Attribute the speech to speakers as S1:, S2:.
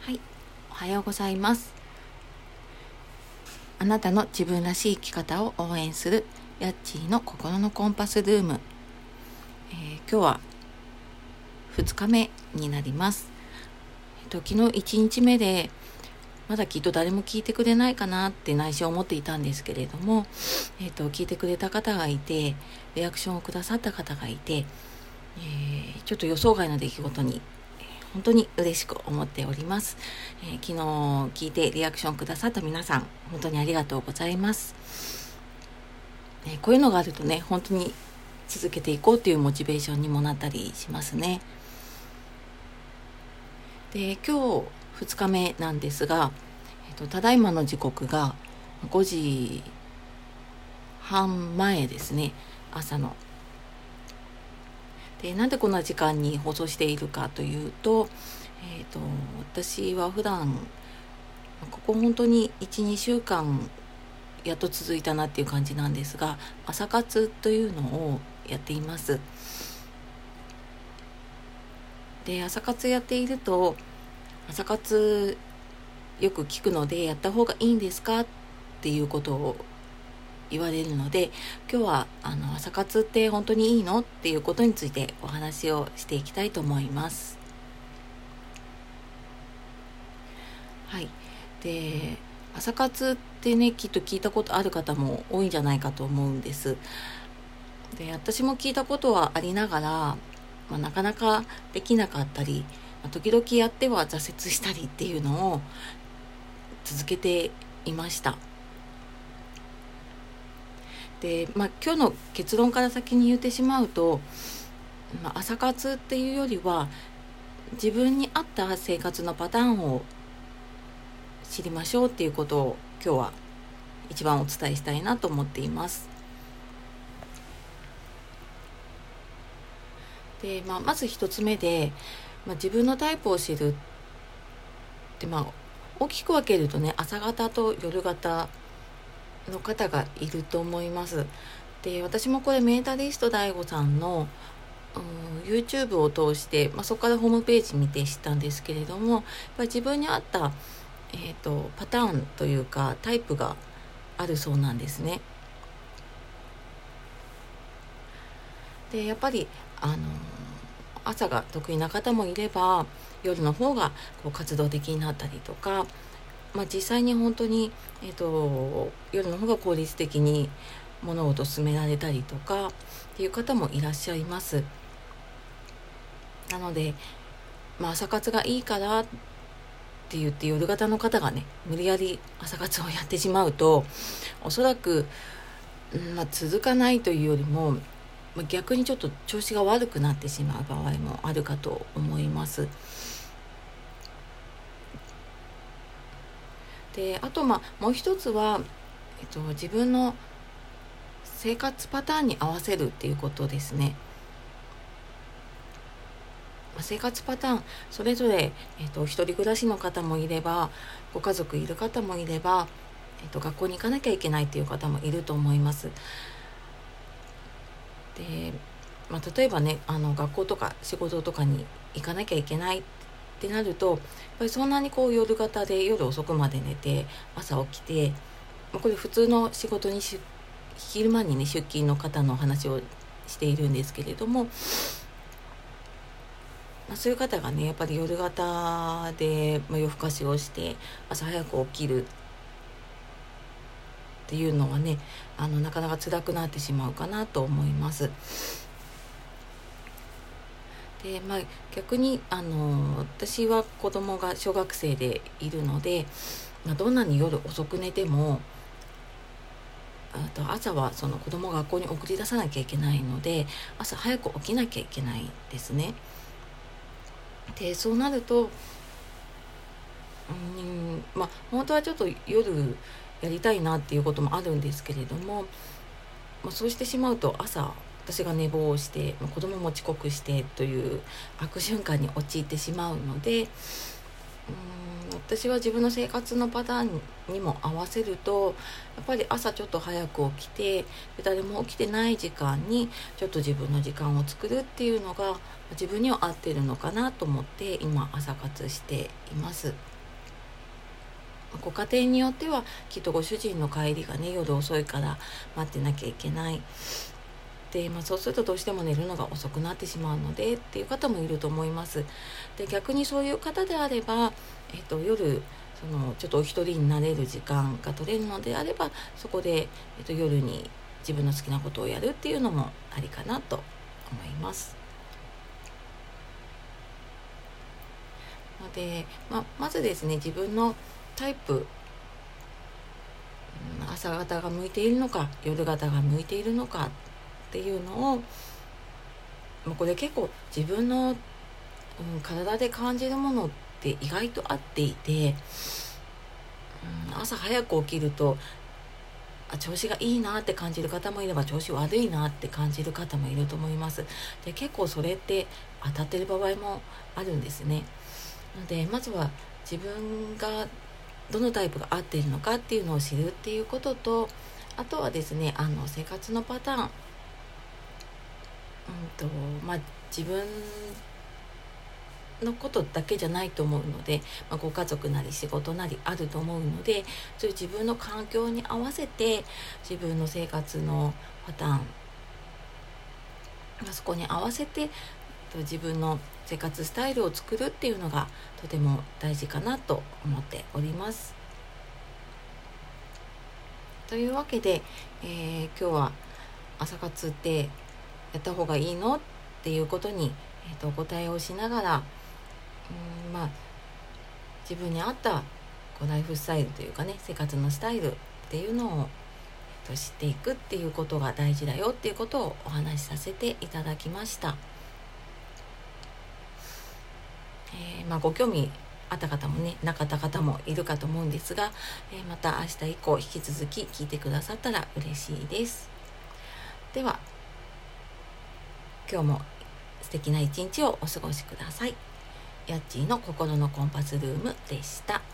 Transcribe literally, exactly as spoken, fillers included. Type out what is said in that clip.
S1: はい、おはようございます。あなたの自分らしい生き方を応援するヤッチーの心のコンパスルーム、えー、今日はふつかめになります。えっと、昨日いちにちめでまだきっと誰も聞いてくれないかなって内心思っていたんですけれども、えっと、聞いてくれた方がいて、リアクションをくださった方がいて、えー、ちょっと予想外の出来事に本当に嬉しく思っております。えー、昨日聞いてリアクションくださった皆さん、本当にありがとうございます。えー、こういうのがあるとね、本当に続けていこうというモチベーションにもなったりしますね。で、今日ふつかめなんですが、えーと、ただいまの時刻がごじはん前ですね、朝の。で、なんでこんな時間に放送しているかというと、えーと、私は普段ここ本当に いち,に 週間やっと続いたなっていう感じなんですが、朝活というのをやっています。で、朝活やっていると、朝活よく聞くので、やった方がいいんですかっていうことを言われるので、今日はあの朝活って本当にいいのっていうことについてお話をしていきたいと思います。はい。で、朝活ってね、きっと聞いたことある方も多いんじゃないかと思うんです。で、私も聞いたことはありながら、まあ、なかなかできなかったり、まあ、時々やっては挫折したりっていうのを続けていました。で、まあ、今日の結論から先に言ってしまうと、まあ、朝活っていうよりは自分に合った生活のパターンを知りましょうっていうことを今日は一番お伝えしたいなと思っています。で、まあ、まず一つ目で、まあ、自分のタイプを知るって、まあ、大きく分けるとね、朝型と夜型の方がいると思います。で、私もこれメンタリスト ダイゴ さんのうん YouTube を通して、まあ、そこからホームページ見て知ったんですけれども、やっぱり自分に合った、えーと、パターンというかタイプがあるそうなんですね。で、やっぱりあのー、朝が得意な方もいれば、夜の方がこう活動的になったりとか、まあ、実際に本当に、えーと、夜の方が効率的に物事を進められたりとかっていう方もいらっしゃいます。なので、まあ、朝活がいいからって言って夜型の方がね、無理やり朝活をやってしまうと、おそらく、うんまあ、続かないというよりも、まあ、逆にちょっと調子が悪くなってしまう場合もあるかと思います。で、あと、まあ、もう一つは、えっと、自分の生活パターンに合わせるっていうことですね。生活パターンそれぞれ、えっと、一人暮らしの方もいれば、ご家族いる方もいれば、えっと、学校に行かなきゃいけないっていう方もいると思います。で、まあ、例えばね、あの学校とか仕事とかに行かなきゃいけないってなると、やっぱりそんなにこう夜型で夜遅くまで寝て朝起きて、まあ、これ普通の仕事にし昼間にね出勤の方の話をしているんですけれども、まあ、そういう方がね、やっぱり夜型で、まあ、夜更かしをして朝早く起きるっていうのはね、あのなかなか辛くなってしまうかなと思います。で、まあ、逆にあの私は子供が小学生でいるので、まあ、どんなに夜遅く寝ても、あと朝はその子供を学校に送り出さなきゃいけないので、朝早く起きなきゃいけないですね。で、そうなると、うんまあ本当はちょっと夜やりたいなっていうこともあるんですけれども、まあ、そうしてしまうと朝私が寝坊して、まあ、子供も遅刻してという悪循環に陥ってしまうので、うん私は自分の生活のパターンにも合わせると、やっぱり朝ちょっと早く起きて、で誰も起きてない時間にちょっと自分の時間を作るっていうのが自分には合ってるのかなと思って今朝活しています。 ご家庭によってはきっとご主人の帰りがね夜遅いから待ってなきゃいけないで、まあ、そうするとどうしても寝るのが遅くなってしまうのでっていう方もいると思います。で逆にそういう方であれば、えっと、夜そのちょっとお一人になれる時間が取れるのであればそこで、えっと、夜に自分の好きなことをやるっていうのもありかなと思います。ので、まあ、まずですね自分のタイプ、朝型が向いているのか夜型が向いているのかっていうのをこれ結構自分の、うん、体で感じるものって意外と合っていて、うん、朝早く起きるとあ調子がいいなって感じる方もいれば調子悪いなって感じる方もいると思います。で結構それって当たってる場合もあるんですね。のでまずは自分がどのタイプが合っているのかっていうのを知るっていうことと、あとはですねあの生活のパターン、うんとまあ、自分のことだけじゃないと思うので、まあ、ご家族なり仕事なりあると思うので、そういう自分の環境に合わせて自分の生活のパターン、まあ、そこに合わせて自分の生活スタイルを作るっていうのがとても大事かなと思っております。というわけで、えー、今日は朝活ってやった方がいいのっていうことに、えー、とお答えをしながら、うんまあ、自分に合ったこうライフスタイルというかね生活のスタイルっていうのを、えー、と知っていくっていうことが大事だよっていうことをお話しさせていただきました。えーまあ、ご興味あった方もねなかった方もいるかと思うんですが、えー、また明日以降引き続き聞いてくださったら嬉しいです。では今日も素敵な一日をお過ごしください。やっちーの心のコンパスルームでした。